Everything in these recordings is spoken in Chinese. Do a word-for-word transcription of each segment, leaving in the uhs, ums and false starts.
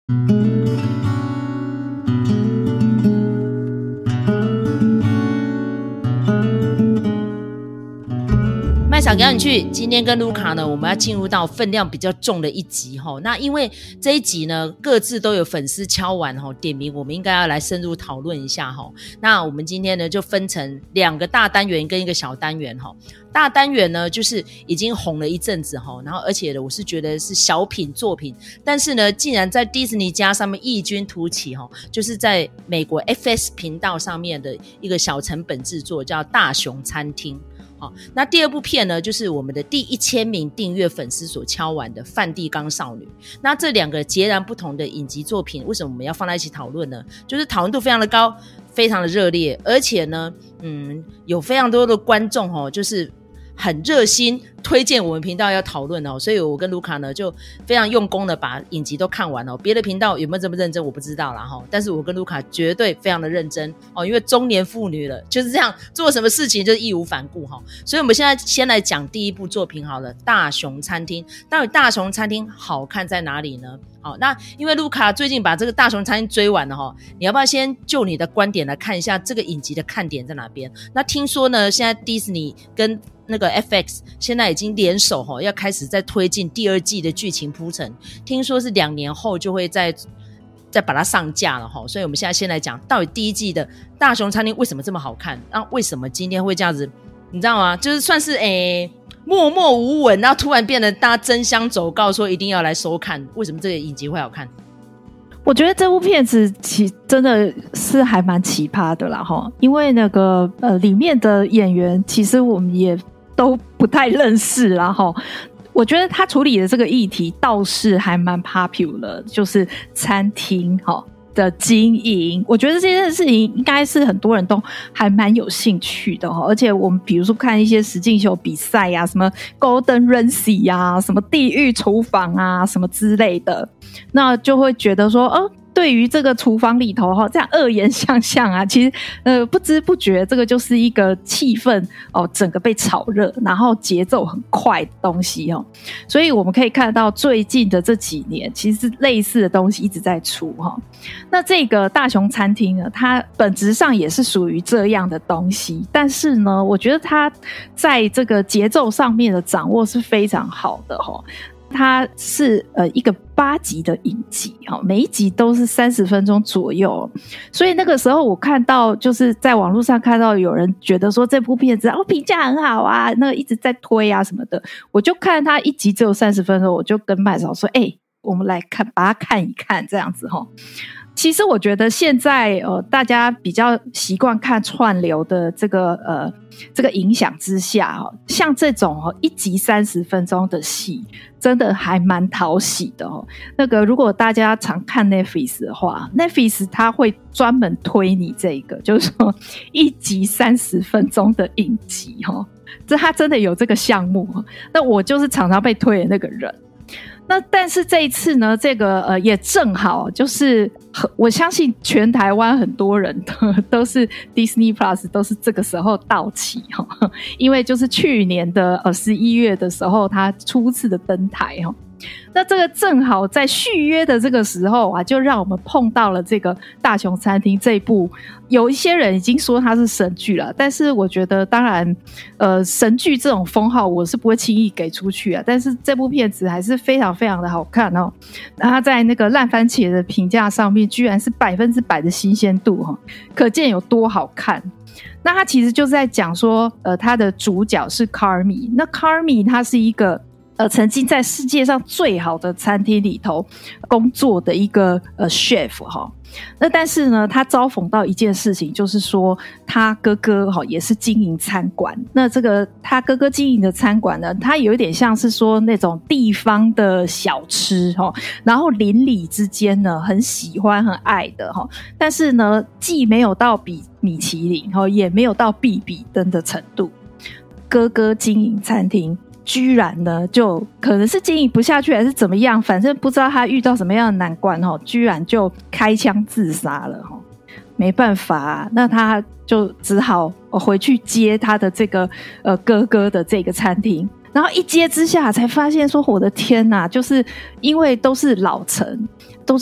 麦嫂赶紧去，今天跟卢卡呢，我们要进入到分量比较重的一集齁。那因为这一集呢，各自都有粉丝敲完齁，点名我们应该要来深入讨论一下齁。那我们今天呢，就分成两个大单元跟一个小单元齁。大单元呢，就是已经红了一阵子齁，然后而且呢，我是觉得是小品作品，但是呢，竟然在迪士尼家上面异军突起齁，就是在美国 F S 频道上面的一个小成本制作，叫《大熊餐厅》。好，那第二部片呢，就是我们的第一千名订阅粉丝所敲完的《梵蒂冈少女》。那这两个截然不同的影集作品，为什么我们要放在一起讨论呢？就是讨论度非常的高，非常的热烈，而且呢，嗯，有非常多的观众哦，就是很热心推荐我们频道要讨论哦，所以我跟卢卡呢就非常用功的把影集都看完哦。别的频道有没有这么认真我不知道啦齁，但是我跟卢卡绝对非常的认真哦，因为中年妇女了就是这样，做什么事情就是义无反顾齁。所以我们现在先来讲第一部作品好了，《大熊餐厅》。到底《大熊餐厅》好看在哪里呢？好，那因为卢卡最近把这个《大熊餐厅》追完了齁，你要不要先就你的观点来看一下这个影集的看点在哪边？那听说呢，现在迪士尼跟那个 F X 现在已经联手齁，要开始在推进第二季的剧情铺陈，听说是两年后就会再再把它上架了齁。所以我们现在先来讲，到底第一季的大熊餐厅为什么这么好看？那为什么今天会这样子？你知道吗？就是算是诶默默无闻，然后突然变得大家争相走告，说一定要来收看。为什么这个影集会好看？ 我觉得这部片子其真的是还蛮奇葩的啦齁，因为那个呃里面的演员其实我们也都不太认识啦齁。我觉得他处理的这个议题倒是还蛮 popular， 就是餐厅齁的经营，我觉得这件事情应该是很多人都还蛮有兴趣的齁。而且我们比如说看一些实境秀比赛啊，什么 Golden Ramsy 啊，什么地狱厨房啊，什么之类的，那就会觉得说哦，对于这个厨房里头齁，这样恶言相向啊，其实呃不知不觉这个就是一个气氛哦，整个被炒热，然后节奏很快的东西齁。所以我们可以看到最近的这几年，其实类似的东西一直在出齁。那这个大熊餐厅呢，它本质上也是属于这样的东西，但是呢，我觉得它在这个节奏上面的掌握是非常好的齁。它是呃一个八集的影集，每一集都是三十分钟左右，所以那个时候我看到就是在网络上看到有人觉得说这部片子哦评价很好啊，那个一直在推啊什么的，我就看它一集只有三十分钟，我就跟麦嫂说，哎、欸，我们来看把它看一看这样子齁。其实我觉得现在呃大家比较习惯看串流的这个呃这个影响之下哦，像这种哦一集三十分钟的戏，真的还蛮讨喜的哦。那个如果大家常看 Netflix 的话 ，Netflix 它会专门推你这个，就是说一集三十分钟的影集哦，这它真的有这个项目。那我就是常常被推的那个人。那但是这一次呢，这个呃也正好就是我相信全台湾很多人都都是 Disney Plus 都是这个时候到期齁，因为就是去年的呃十一月的时候它初次的登台齁。那这个正好在续约的这个时候啊，就让我们碰到了这个大熊餐厅这一部，有一些人已经说它是神剧了，但是我觉得当然呃神剧这种封号我是不会轻易给出去啊，但是这部片子还是非常非常的好看哦。那它在那个烂番茄的评价上面居然是百分之百的新鲜度哦，可见有多好看。那它其实就是在讲说呃它的主角是 Carmy， 那 Carmy 它是一个呃，曾经在世界上最好的餐厅里头工作的一个呃 chef 哈，那但是呢，他遭逢到一件事情，就是说他哥哥哈也是经营餐馆。那这个他哥哥经营的餐馆呢，他有一点像是说那种地方的小吃哈，然后邻里之间呢很喜欢很爱的哈，但是呢，既没有到比米其林哈，也没有到必比登的程度。哥哥经营餐厅。居然呢就可能是经营不下去还是怎么样，反正不知道他遇到什么样的难关齁，居然就开枪自杀了齁。没办法啊，那他就只好回去接他的这个呃哥哥的这个餐厅，然后一接之下才发现说我的天哪，就是因为都是老城，都是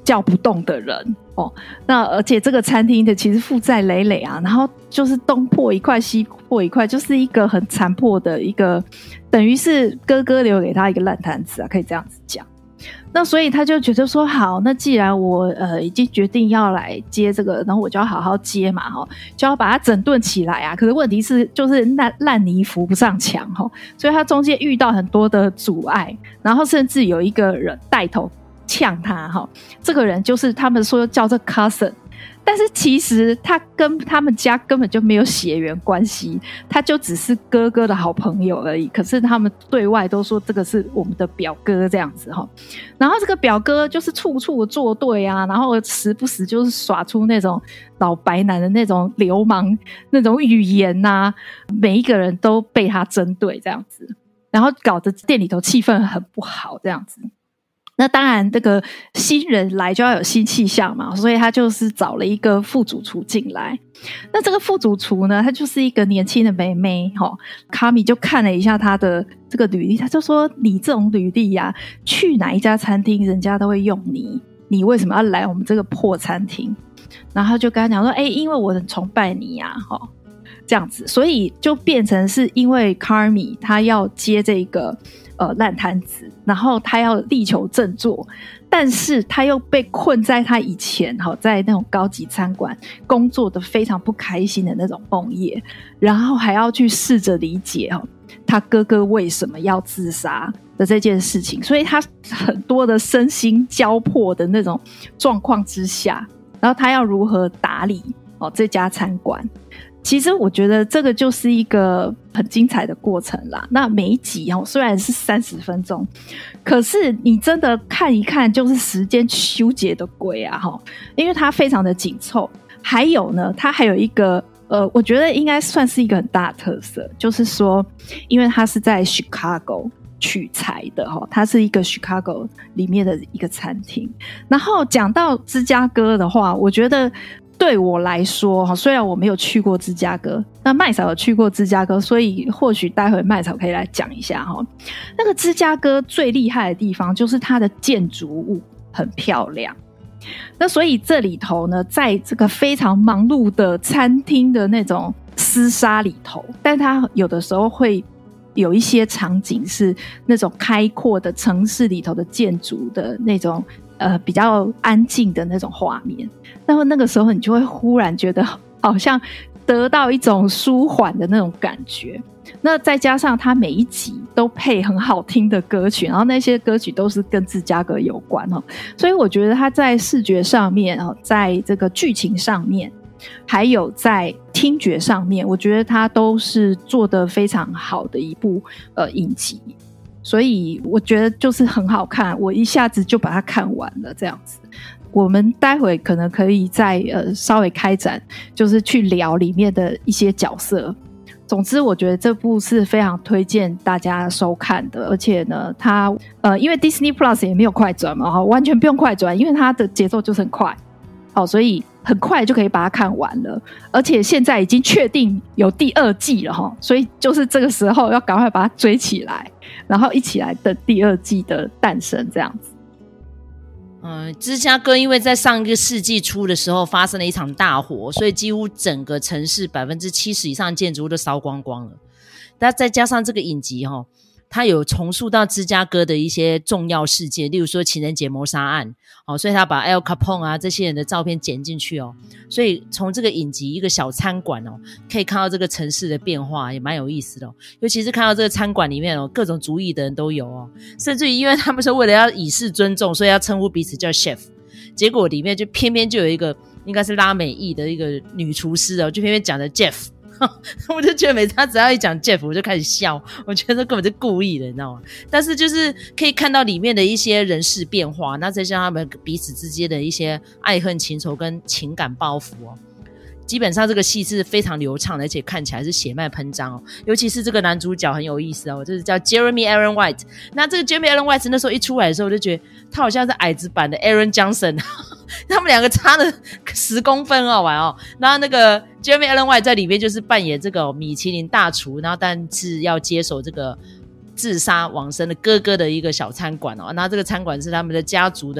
叫不动的人哦。那而且这个餐厅的其实负债累累啊，然后就是东破一块西破一块，就是一个很残破的一个，等于是哥哥留给他一个烂摊子啊，可以这样子讲。那所以他就觉得说，好，那既然我呃已经决定要来接这个，然后我就要好好接嘛，哈，就要把它整顿起来啊。可是问题是，就是烂烂泥扶不上墙哈，所以他中间遇到很多的阻碍，然后甚至有一个人带头呛他哈，这个人就是他们说叫这 cousin。但是其实他跟他们家根本就没有血缘关系，他就只是哥哥的好朋友而已。可是他们对外都说这个是我们的表哥这样子哈。然后这个表哥就是处处作对啊，然后时不时就是耍出那种老白男的那种流氓那种语言啊，每一个人都被他针对这样子，然后搞得店里头气氛很不好这样子。那当然这个新人来就要有新气象嘛，所以他就是找了一个副主厨进来。那这个副主厨呢，他就是一个年轻的妹妹齁，卡米就看了一下他的这个履历，他就说，你这种履历啊，去哪一家餐厅人家都会用你，你为什么要来我们这个破餐厅？然后他就跟他讲说，欸，因为我很崇拜你啊齁，这样子，所以就变成是因为卡米他要接这个呃烂摊子，然后他要力求振作，但是他又被困在他以前在那种高级餐馆工作的非常不开心的那种梦魇，然后还要去试着理解他哥哥为什么要自杀的这件事情，所以他很多的身心交迫的那种状况之下，然后他要如何打理这家餐馆。其实我觉得这个就是一个很精彩的过程啦。那每一集虽然是三十分钟，可是你真的看一看就是时间修结的鬼啊，因为它非常的紧凑。还有呢，它还有一个呃，我觉得应该算是一个很大的特色，就是说因为它是在 Chicago 取材的，它是一个 Chicago 里面的一个餐厅。然后讲到芝加哥的话，我觉得对我来说，虽然我没有去过芝加哥，那麦嫂有去过芝加哥，所以或许待会麦嫂可以来讲一下。那个芝加哥最厉害的地方就是它的建筑物很漂亮，那所以这里头呢，在这个非常忙碌的餐厅的那种厮杀里头，但它有的时候会有一些场景是那种开阔的城市里头的建筑的那种呃，比较安静的那种画面，然后那个时候你就会忽然觉得好像得到一种舒缓的那种感觉。那再加上它每一集都配很好听的歌曲，然后那些歌曲都是跟芝加哥有关哦，所以我觉得它在视觉上面，在这个剧情上面，还有在听觉上面，我觉得它都是做得非常好的一部呃影集。所以我觉得就是很好看，我一下子就把它看完了这样子。我们待会可能可以再呃稍微开展，就是去聊里面的一些角色。总之我觉得这部是非常推荐大家收看的，而且呢它呃因为 Disney Plus 也没有快转嘛，完全不用快转，因为它的节奏就是很快，好，所以很快就可以把它看完了，而且现在已经确定有第二季了齁，所以就是这个时候要赶快把它追起来，然后一起来等第二季的诞生这样子。 嗯，芝加哥因为在上一个世纪初的时候发生了一场大火，所以几乎整个城市 百分之七十 以上的建筑物都烧光光了。但再加上这个影集齁，他有重塑到芝加哥的一些重要事件，例如说情人节谋杀案，哦，所以他把 Al Capone 啊这些人的照片剪进去哦，所以从这个影集一个小餐馆哦，可以看到这个城市的变化，也蛮有意思的哦。尤其是看到这个餐馆里面哦，各种族裔的人都有哦，甚至于因为他们说为了要以示尊重，所以要称呼彼此叫 chef， 结果里面就偏偏就有一个应该是拉美裔的一个女厨师哦，就偏偏讲的 Jeff。我就觉得每次他只要一讲 Jeff 我就开始笑，我觉得根本就故意的你知道吗？但是就是可以看到里面的一些人事变化，那再加上他们彼此之间的一些爱恨情仇跟情感包袱哦，基本上这个戏是非常流畅的，而且看起来是血脉喷张哦。尤其是这个男主角很有意思哦，就是叫 Jeremy Allen White。那这个 Jeremy Allen White 那时候一出来的时候，我就觉得他好像是矮子版的 Aaron Johnson， 他们两个差了十公分好玩哦。然后那个 Jeremy Allen White 在里面就是扮演这个米其林大厨，然后但是要接手这个自杀往生的哥哥的一个小餐馆哦。那这个餐馆是他们的家族的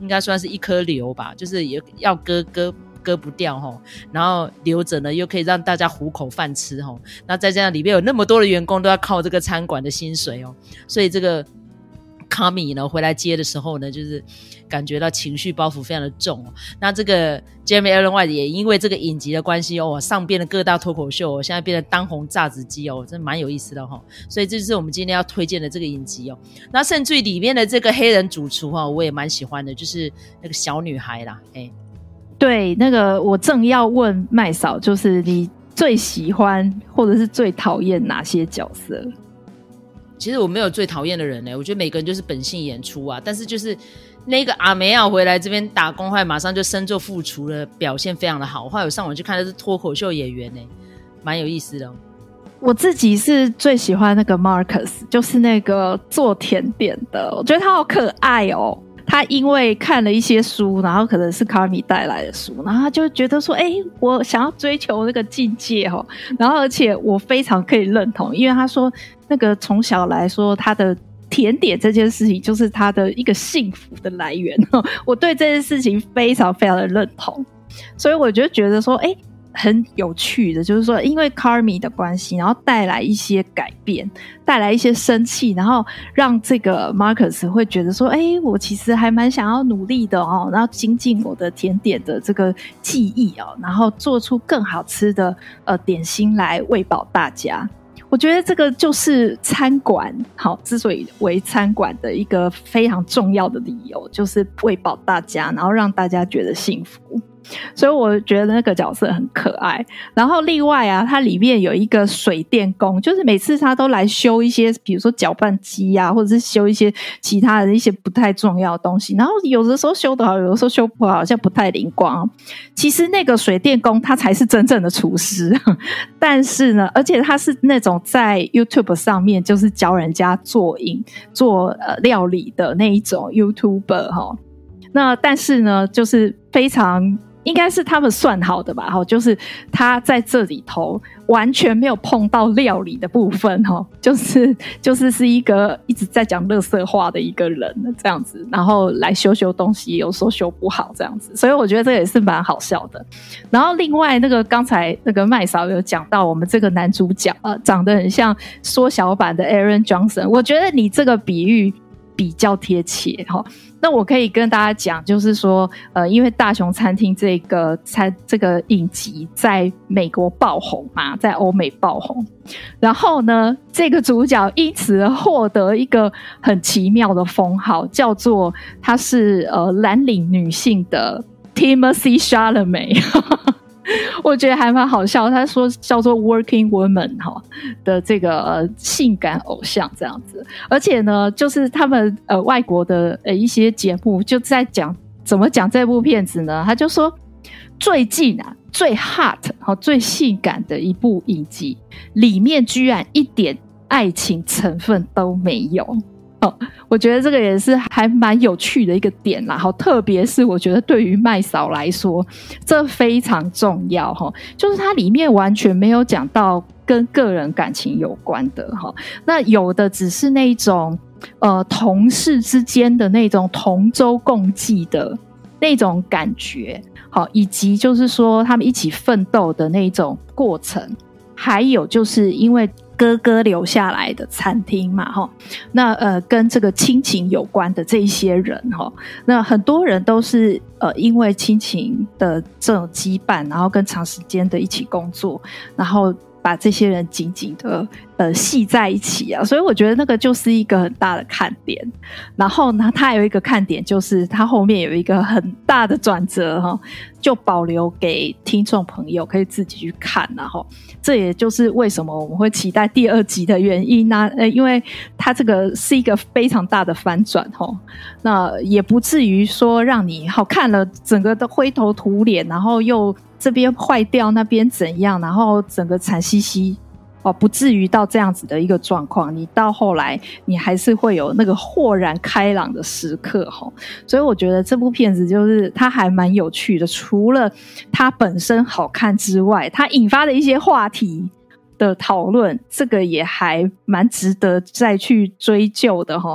应该算是一颗瘤吧，就是也要割割割不掉齁，然后留着呢又可以让大家糊口饭吃齁，那再加上里面有那么多的员工都要靠这个餐馆的薪水哦，所以这个卡米呢回来接的时候呢，就是感觉到情绪包袱非常的重哦。那这个 Jeremy Allen White 也因为这个影集的关系哦，上遍了各大脱口秀哦，现在变成当红炸子鸡哦，真的蛮有意思的哦。所以这就是我们今天要推荐的这个影集哦。那甚至于里面的这个黑人主厨哦，我也蛮喜欢的，就是那个小女孩啦，哎， 对，那个我正要问麦嫂，就是你最喜欢或者是最讨厌哪些角色？ 其实我没有最讨厌的人呢，我觉得每个人就是本性演出啊，但是就是那个阿梅亚回来这边打工，后来马上就升做副厨了，表现非常的好。后来我上网去看的是脱口秀演员呢，蛮有意思的。 我自己是最喜欢那个 Marcus， 就是那个做甜点的，我觉得他好可爱哦。他因为看了一些书，然后可能是卡米带来的书，然后他就觉得说，哎、欸，我想要追求那个境界哦。然后而且我非常可以认同，因为他说那个从小来说，他的甜点这件事情就是他的一个幸福的来源。我对这件事情非常非常的认同，所以我就觉得说，哎、欸。很有趣的就是说因为 Carmy 的关系，然后带来一些改变，带来一些生气，然后让这个 Marcus 会觉得说哎、欸，我其实还蛮想要努力的哦，然后精进我的甜点的这个技艺哦，然后做出更好吃的呃点心来喂饱大家。我觉得这个就是餐馆好之所以为餐馆的一个非常重要的理由，就是喂饱大家，然后让大家觉得幸福。所以我觉得那个角色很可爱。然后另外啊，它里面有一个水电工，就是每次他都来修一些比如说搅拌机啊，或者是修一些其他的一些不太重要的东西，然后有的时候修得好，有的时候修不好，好像不太灵光。其实那个水电工他才是真正的厨师，但是呢，而且他是那种在 YouTube 上面就是教人家做饮做呃料理的那一种 YouTuber 齁。那但是呢，就是非常应该是他们算好的吧，就是他在这里头完全没有碰到料理的部分，就是就是是一个一直在讲垃圾话的一个人这样子，然后来修修东西，有时候修不好这样子，所以我觉得这也是蛮好笑的。然后另外那个刚才那个麦嫂有讲到我们这个男主角、呃、长得很像缩小版的 Aaron Johnson， 我觉得你这个比喻比较贴切齁。那我可以跟大家讲，就是说，呃，因为大熊餐厅这个餐这个影集在美国爆红嘛，在欧美爆红，然后呢，这个主角因此获得一个很奇妙的封号，叫做他是呃蓝领女性的 Timothée Chalamet。我觉得还蛮好笑，他说叫做 working woman 的这个、呃、性感偶像这样子，而且呢就是他们呃外国的呃一些节目就在讲怎么讲这部片子呢，他就说最近啊最 hot 最性感的一部影集里面居然一点爱情成分都没有。哦，我觉得这个也是还蛮有趣的一个点啦，好，特别是我觉得对于麦嫂来说这非常重要齁，就是它里面完全没有讲到跟个人感情有关的齁，那有的只是那种呃同事之间的那种同舟共济的那种感觉，好，以及就是说他们一起奋斗的那种过程，还有就是因为哥哥留下来的餐厅嘛齁，那呃跟这个亲情有关的这一些人齁，那很多人都是呃因为亲情的这种羁绊，然后跟长时间的一起工作，然后把这些人紧紧的呃系在一起啊，所以我觉得那个就是一个很大的看点。然后呢，它有一个看点就是它后面有一个很大的转折哈，就保留给听众朋友可以自己去看，然后这也就是为什么我们会期待第二集的原因啊，呃，因为它这个是一个非常大的翻转哈，那也不至于说让你好看了整个的灰头土脸，然后又这边坏掉那边怎样，然后整个惨兮兮哦，不至于到这样子的一个状况，你到后来你还是会有那个豁然开朗的时刻齁。所以我觉得这部片子就是它还蛮有趣的，除了它本身好看之外，它引发的一些话题的讨论，这个也还蛮值得再去追究的齁。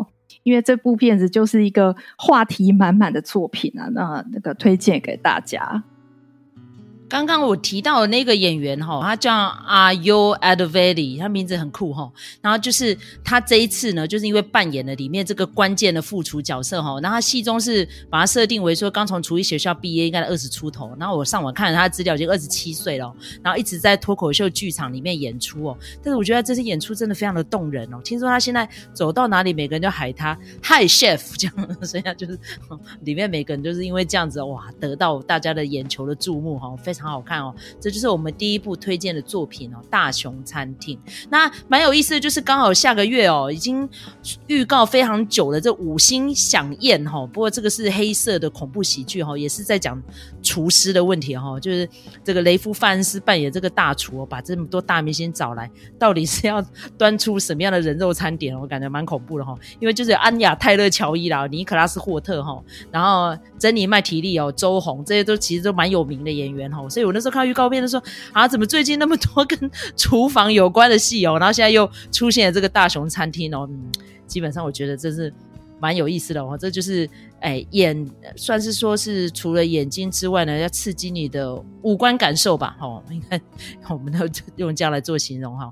因为这部片子就是一个话题满满的作品啊，那那个推荐给大家。 刚刚我提到的那个演员他叫 Ayo Edebali， 他名字很酷，然后就是他这一次呢就是因为扮演了里面这个关键的副厨角色，然后他戏中是把他设定为说刚从厨艺学校毕业，应该二十出头，然后我上网看了他的资料已经二十七岁了，然后一直在脱口秀剧场里面演出哦。但是我觉得这次演出真的非常的动人哦，听说他现在走到哪里每个人就喊他 Hi Chef 这样，所以他就是里面每个人就是因为这样子哇得到大家的眼球的注目，非常非常好看哦。这就是我们第一部推荐的作品哦，大熊餐厅。那蛮有意思的就是刚好下个月哦，已经预告非常久了，这五星响宴哦，不过这个是黑色的恐怖喜剧哦，也是在讲厨师的问题哦，就是这个雷夫范恩斯扮演这个大厨哦，把这么多大明星找来，到底是要端出什么样的人肉餐点，我感觉蛮恐怖的哦。因为就是有安雅泰勒乔伊啦，尼可拉斯霍特哦，然后珍妮麦提利哦，周红，这些都其实都蛮有名的演员哦，所以我那时候看预告片的时候啊，怎么最近那么多跟厨房有关的戏哦，然后现在又出现了这个大熊餐厅哦，嗯，基本上我觉得这是蛮有意思的哦，这就是哎眼算是说是除了眼睛之外呢，要刺激你的五官感受吧，哦，应该我们都用这样来做形容哈。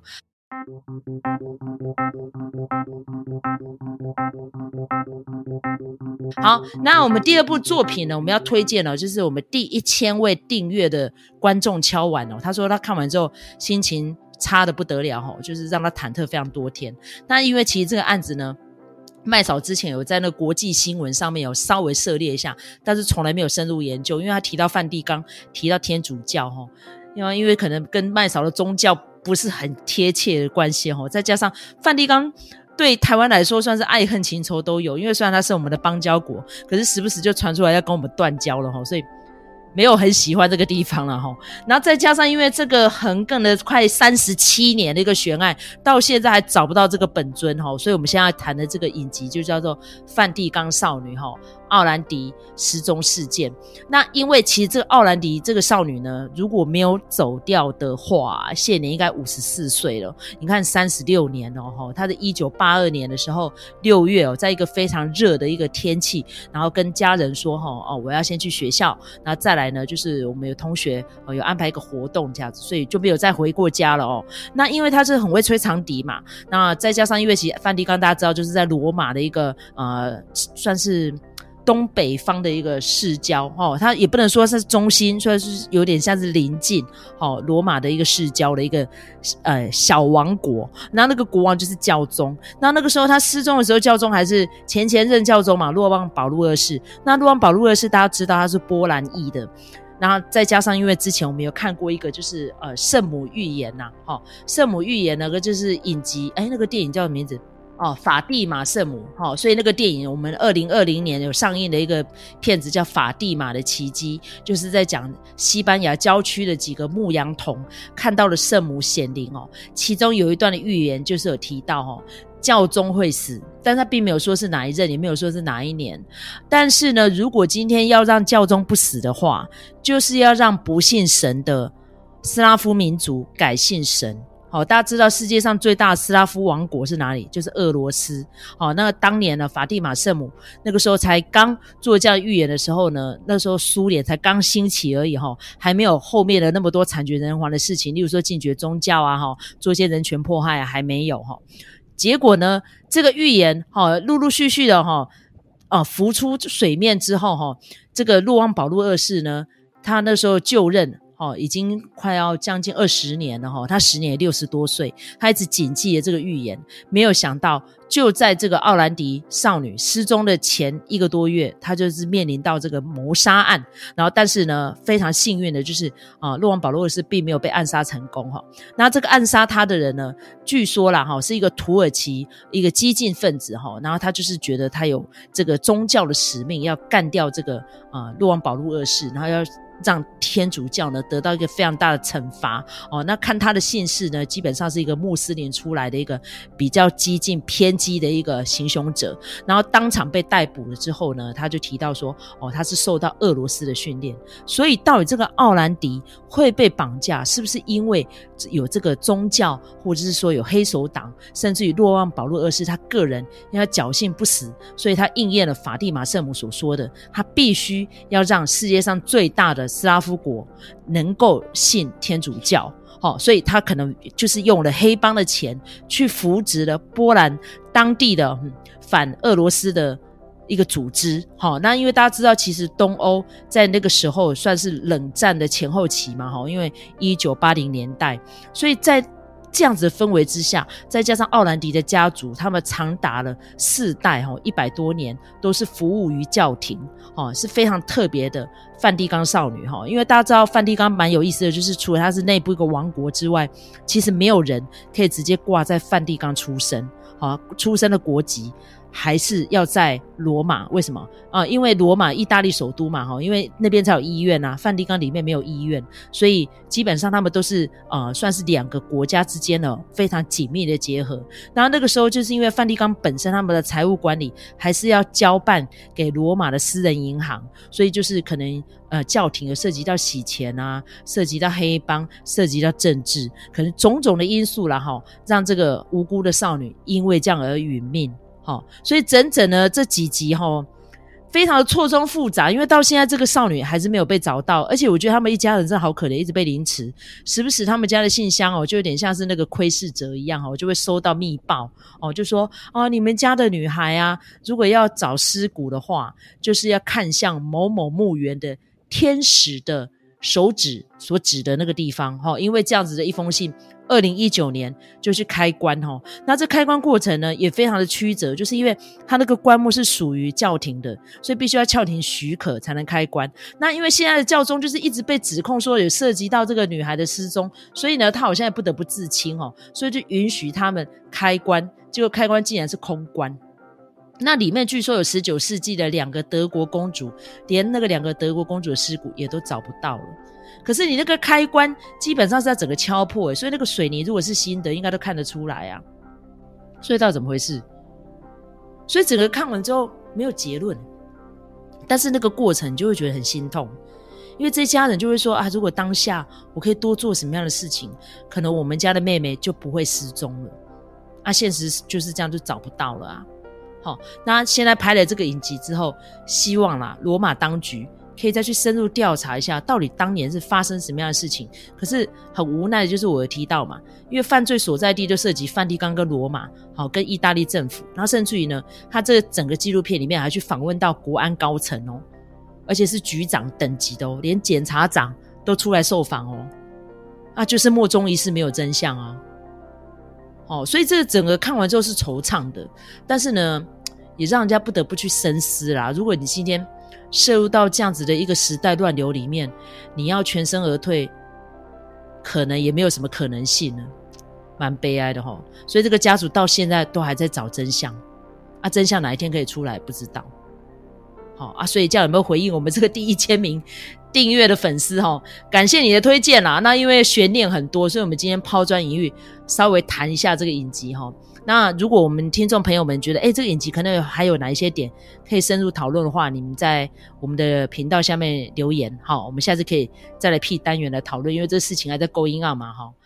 好，那我们第二部作品呢，我们要推荐了，就是我们第一千位订阅的观众敲碗哦，他说他看完之后心情差得不得了哦，就是让他忐忑非常多天。那因为其实这个案子呢，麦嫂之前有在那国际新闻上面有稍微涉猎一下，但是从来没有深入研究，因为他提到梵蒂冈，提到天主教哦，因为因为可能跟麦嫂的宗教不是很贴切的关系哦，再加上梵蒂冈对台湾来说算是爱恨情仇都有，因为虽然它是我们的邦交国，可是时不时就传出来要跟我们断交了齁，所以没有很喜欢这个地方了齁。然后再加上因为这个横亘了快三十七年的一个悬案，到现在还找不到这个本尊齁，所以我们现在谈的这个影集就叫做梵蒂冈少女齁，奥兰迪失踪事件。那因为其实这个奥兰迪这个少女呢，如果没有走掉的话，现年应该五十四岁了。你看三十六年哦，她的一九八二年的时候六月哦，在一个非常热的一个天气，然后跟家人说哦，我要先去学校，然后再来呢就是我们有同学有安排一个活动这样子，所以就没有再回过家了哦。那因为她是很会吹长笛嘛，那再加上因为其实梵蒂冈大家知道就是在罗马的一个呃算是东北方的一个市郊哦，它也不能说是中心，所以是有点像是邻近哦罗马的一个市郊的一个呃小王国。然后那个国王就是教宗，那那个时候他失踪的时候，教宗还是前前任教宗嘛，若望保禄二世。那若望保禄二世大家知道他是波兰裔的。然后再加上因为之前我们有看过一个就是呃圣母预言呐、啊，哦圣母预言那个就是影集，哎那个电影叫什么名字？哦，法蒂玛圣母、哦、所以那个电影我们二零二零年有上映的一个片子叫法蒂玛的奇迹，就是在讲西班牙郊区的几个牧羊童看到了圣母显灵哦，其中有一段的预言就是有提到哦，教宗会死，但他并没有说是哪一任，也没有说是哪一年。但是呢，如果今天要让教宗不死的话，就是要让不信神的斯拉夫民族改信神。好，大家知道世界上最大的斯拉夫王国是哪里？就是俄罗斯。好，那当年呢，法蒂玛圣母那个时候才刚做这样预言的时候呢，那时候苏联才刚兴起而已哈，还没有后面的那么多惨绝人寰的事情，例如说禁绝宗教啊，哈，做一些人权迫害啊，还没有哈。结果呢，这个预言哈，陆陆续续的哈，啊浮出水面之后哈，这个若望保禄二世呢，他那时候就任。哦，已经快要将近二十年了哈，他十年也六十多岁，他一直谨记了这个预言，没有想到就在这个奥兰迪少女失踪的前一个多月，他就是面临到这个谋杀案，然后但是呢，非常幸运的就是啊，若望保禄二世并没有被暗杀成功哈。那这个暗杀他的人呢，据说啦哈，是一个土耳其一个激进分子哈，然后他就是觉得他有这个宗教的使命，要干掉这个啊若望保禄二世，然后要让天主教呢得到一个非常大的惩罚哦。那看他的姓氏呢，基本上是一个穆斯林出来的一个比较激进偏激的一个行凶者，然后当场被逮捕了之后呢，他就提到说哦，他是受到俄罗斯的训练。所以到底这个奥兰迪会被绑架，是不是因为有这个宗教，或者是说有黑手党，甚至于若望保禄二世他个人因为他侥幸不死，所以他应验了法蒂玛圣母所说的，他必须要让世界上最大的斯拉夫国能够信天主教、哦、所以他可能就是用了黑帮的钱去扶植了波兰当地的、嗯、反俄罗斯的一个组织、哦、那因为大家知道其实东欧在那个时候算是冷战的前后期嘛、哦、因为一九八零年代，所以在这样子的氛围之下，再加上奥兰迪的家族他们长达了四代一百多年都是服务于教廷，是非常特别的梵蒂冈少女。因为大家知道梵蒂冈蛮有意思的，就是除了它是内部一个王国之外，其实没有人可以直接挂在梵蒂冈出生，出生的国籍还是要在罗马。为什么啊？因为罗马意大利首都嘛，因为那边才有医院啊，梵蒂冈里面没有医院，所以基本上他们都是呃，算是两个国家之间的非常紧密的结合。然后那个时候就是因为梵蒂冈本身他们的财务管理还是要交办给罗马的私人银行，所以就是可能呃，教廷有涉及到洗钱啊，涉及到黑帮，涉及到政治，可能种种的因素啦齁，让这个无辜的少女因为这样而殒命。哦、所以整整呢这几集、哦、非常的错综复杂，因为到现在这个少女还是没有被找到，而且我觉得他们一家人真的好可怜，一直被凌迟，时不时他们家的信箱哦，就有点像是那个窥视者一样哦，就会收到密报哦，就说哦，你们家的女孩啊，如果要找尸骨的话，就是要看向某某墓园的天使的手指所指的那个地方、哦、因为这样子的一封信二零一九年就去开棺、哦、那这开棺过程呢也非常的曲折，就是因为他那个棺木是属于教廷的，所以必须要教廷许可才能开棺。那因为现在的教宗就是一直被指控说有涉及到这个女孩的失踪，所以呢他好像也不得不自清、哦、所以就允许他们开棺，结果开棺竟然是空棺。那里面据说有十九世纪的两个德国公主，连那个两个德国公主的尸骨也都找不到了。可是你那个开关基本上是要整个敲破，所以那个水泥如果是新的应该都看得出来啊。所以到底怎么回事？所以整个看完之后没有结论，但是那个过程就会觉得很心痛，因为这家人就会说啊，如果当下我可以多做什么样的事情，可能我们家的妹妹就不会失踪了啊。现实就是这样，就找不到了啊。好，那现在拍了这个影集之后，希望啦罗马当局可以再去深入调查一下到底当年是发生什么样的事情。可是很无奈的就是我有提到嘛，因为犯罪所在地就涉及梵蒂冈跟罗马，好，跟意大利政府，然后甚至于呢他这整个纪录片里面还去访问到国安高层哦，而且是局长等级的哦，连检察长都出来受访哦，啊就是莫衷一是，没有真相啊。哦，所以这个整个看完之后是惆怅的，但是呢也让人家不得不去深思啦。如果你今天涉入到这样子的一个时代乱流里面，你要全身而退可能也没有什么可能性了，蛮悲哀的齁。所以这个家族到现在都还在找真相啊，真相哪一天可以出来不知道。好啊，所以这样有没有回应我们这个第一千名订阅的粉丝齁？感谢你的推荐啦。那因为悬念很多，所以我们今天抛砖引玉，稍微谈一下这个影集齁。那如果我们听众朋友们觉得诶这个影集可能还有哪一些点可以深入讨论的话，你们在我们的频道下面留言，好，我们下次可以再来闢单元来讨论，因为这事情还在勾音啊嘛。好，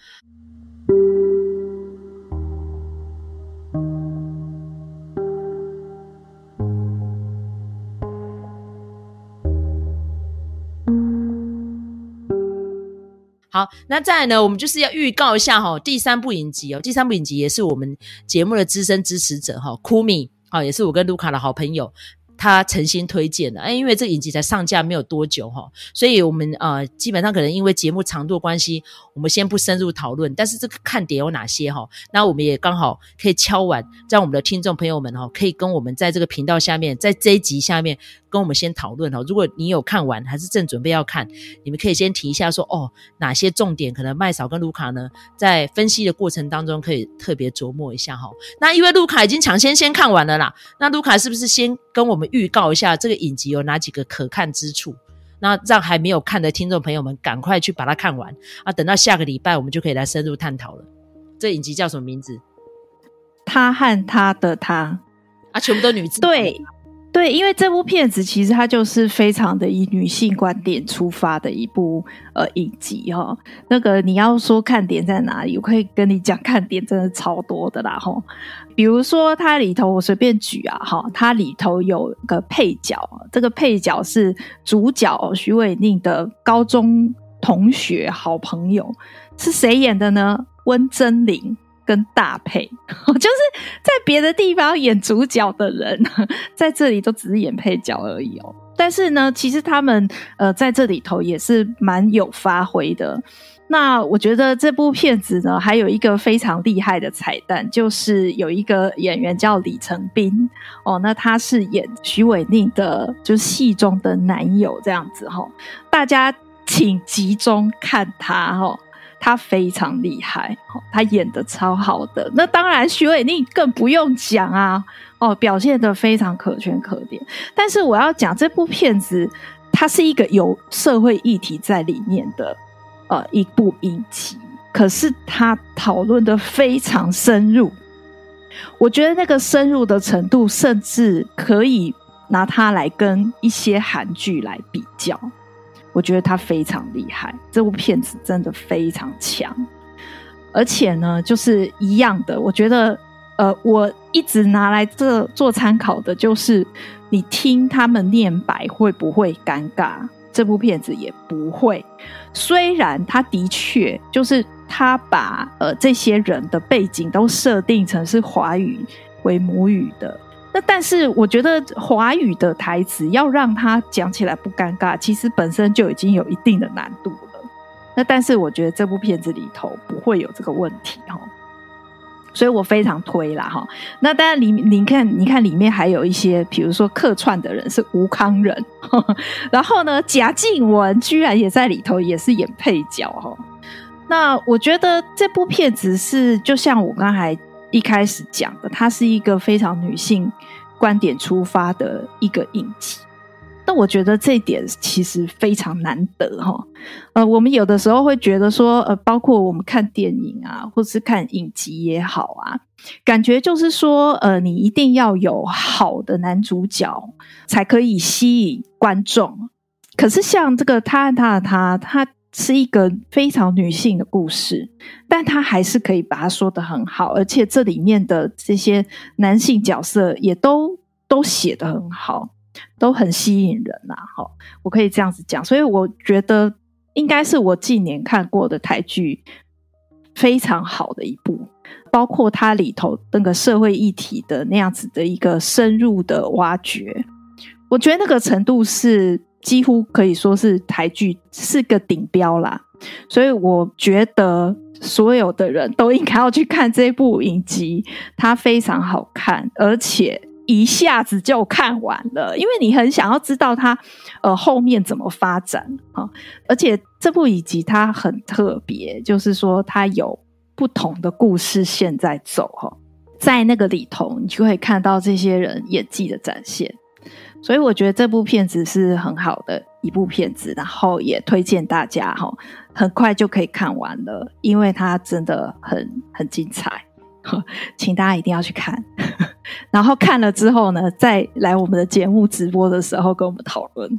好，那再来呢，我们就是要预告一下齁，第三部影集哦，第三部影集也是我们节目的资深支持者齁 Kumi 齁，也是我跟卢卡的好朋友，他诚心推荐的。因为这个影集才上架没有多久齁，所以我们呃基本上可能因为节目长度的关系，我们先不深入讨论，但是这个看点有哪些齁，那我们也刚好可以敲碗，让我们的听众朋友们齁可以跟我们在这个频道下面，在这一集下面跟我们先讨论齁。如果你有看完还是正准备要看，你们可以先提一下说哦，哪些重点可能麦嫂跟卢卡呢在分析的过程当中可以特别琢磨一下齁。那因为卢卡已经抢先先看完了啦，那卢卡是不是先跟我们预告一下这个影集有哪几个可看之处？ 那让还没有看的听众朋友们赶快去把它看完啊！等到下个礼拜我们就可以来深入探讨了。这影集叫什么名字？ 他和他的他啊，全部都女字。 对对，因为这部片子其实它就是非常的以女性观点出发的一部呃影集哈、哦。那个你要说看点在哪里，我可以跟你讲，看点真的超多的啦哈。比如说它里头，我随便举啊哈，它里头有个配角，这个配角是主角许瑋甯的高中同学好朋友，是谁演的呢？温真菱跟大配，就是在别的地方演主角的人，在这里都只是演配角而已哦。但是呢，其实他们呃在这里头也是蛮有发挥的。那我觉得这部片子呢，还有一个非常厉害的彩蛋，就是有一个演员叫李成斌哦，那他是演许瑋甯的，就是戏中的男友这样子哈、哦。大家请集中看他哈、哦。他非常厉害，他演得超好的。那当然许瑋甯更不用讲啊，哦，表现得非常可圈可点。但是我要讲这部片子，它是一个有社会议题在里面的呃一部影集，可是它讨论得非常深入。我觉得那个深入的程度，甚至可以拿它来跟一些韩剧来比较。我觉得他非常厉害，这部片子真的非常强，而且呢，就是一样的，我觉得，呃，我一直拿来这做参考的，就是你听他们念白会不会尴尬？这部片子也不会，虽然他的确就是他把呃这些人的背景都设定成是华语为母语的。那但是我觉得华语的台词要让他讲起来不尴尬，其实本身就已经有一定的难度了。那但是我觉得这部片子里头不会有这个问题齁，所以我非常推啦齁。那当然你你看你看里面还有一些比如说客串的人是吴慷仁，然后呢贾静雯居然也在里头也是演配角齁。那我觉得这部片子是就像我刚才一开始讲的，它是一个非常女性观点出发的一个影集。那我觉得这一点其实非常难得齁。呃，我们有的时候会觉得说，呃，包括我们看电影啊，或是看影集也好啊，感觉就是说，呃，你一定要有好的男主角才可以吸引观众。可是像这个他和他的他，他是一个非常女性的故事，但他还是可以把它说得很好，而且这里面的这些男性角色也都都写得很好，都很吸引人啊，我可以这样子讲。所以我觉得应该是我近年看过的台剧非常好的一部，包括它里头那个社会议题的那样子的一个深入的挖掘，我觉得那个程度是几乎可以说是台剧是个顶标啦。所以我觉得所有的人都应该要去看这部影集，它非常好看，而且一下子就看完了，因为你很想要知道它呃后面怎么发展啊。而且这部影集它很特别，就是说它有不同的故事线在走哈，在那个里头你就会看到这些人演技的展现。所以我觉得这部片子是很好的一部片子，然后也推荐大家齁，很快就可以看完了，因为它真的很很精彩，请大家一定要去看。然后看了之后呢，再来我们的节目直播的时候跟我们讨论。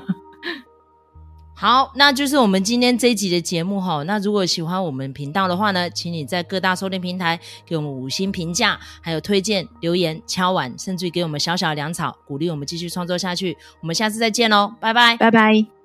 好，那就是我们今天这一集的节目齁。那如果喜欢我们频道的话呢，请你在各大收听平台给我们五星评价，还有推荐、留言、敲碗，甚至于给我们小小的粮草，鼓励我们继续创作下去。我们下次再见咯，拜拜， 拜拜。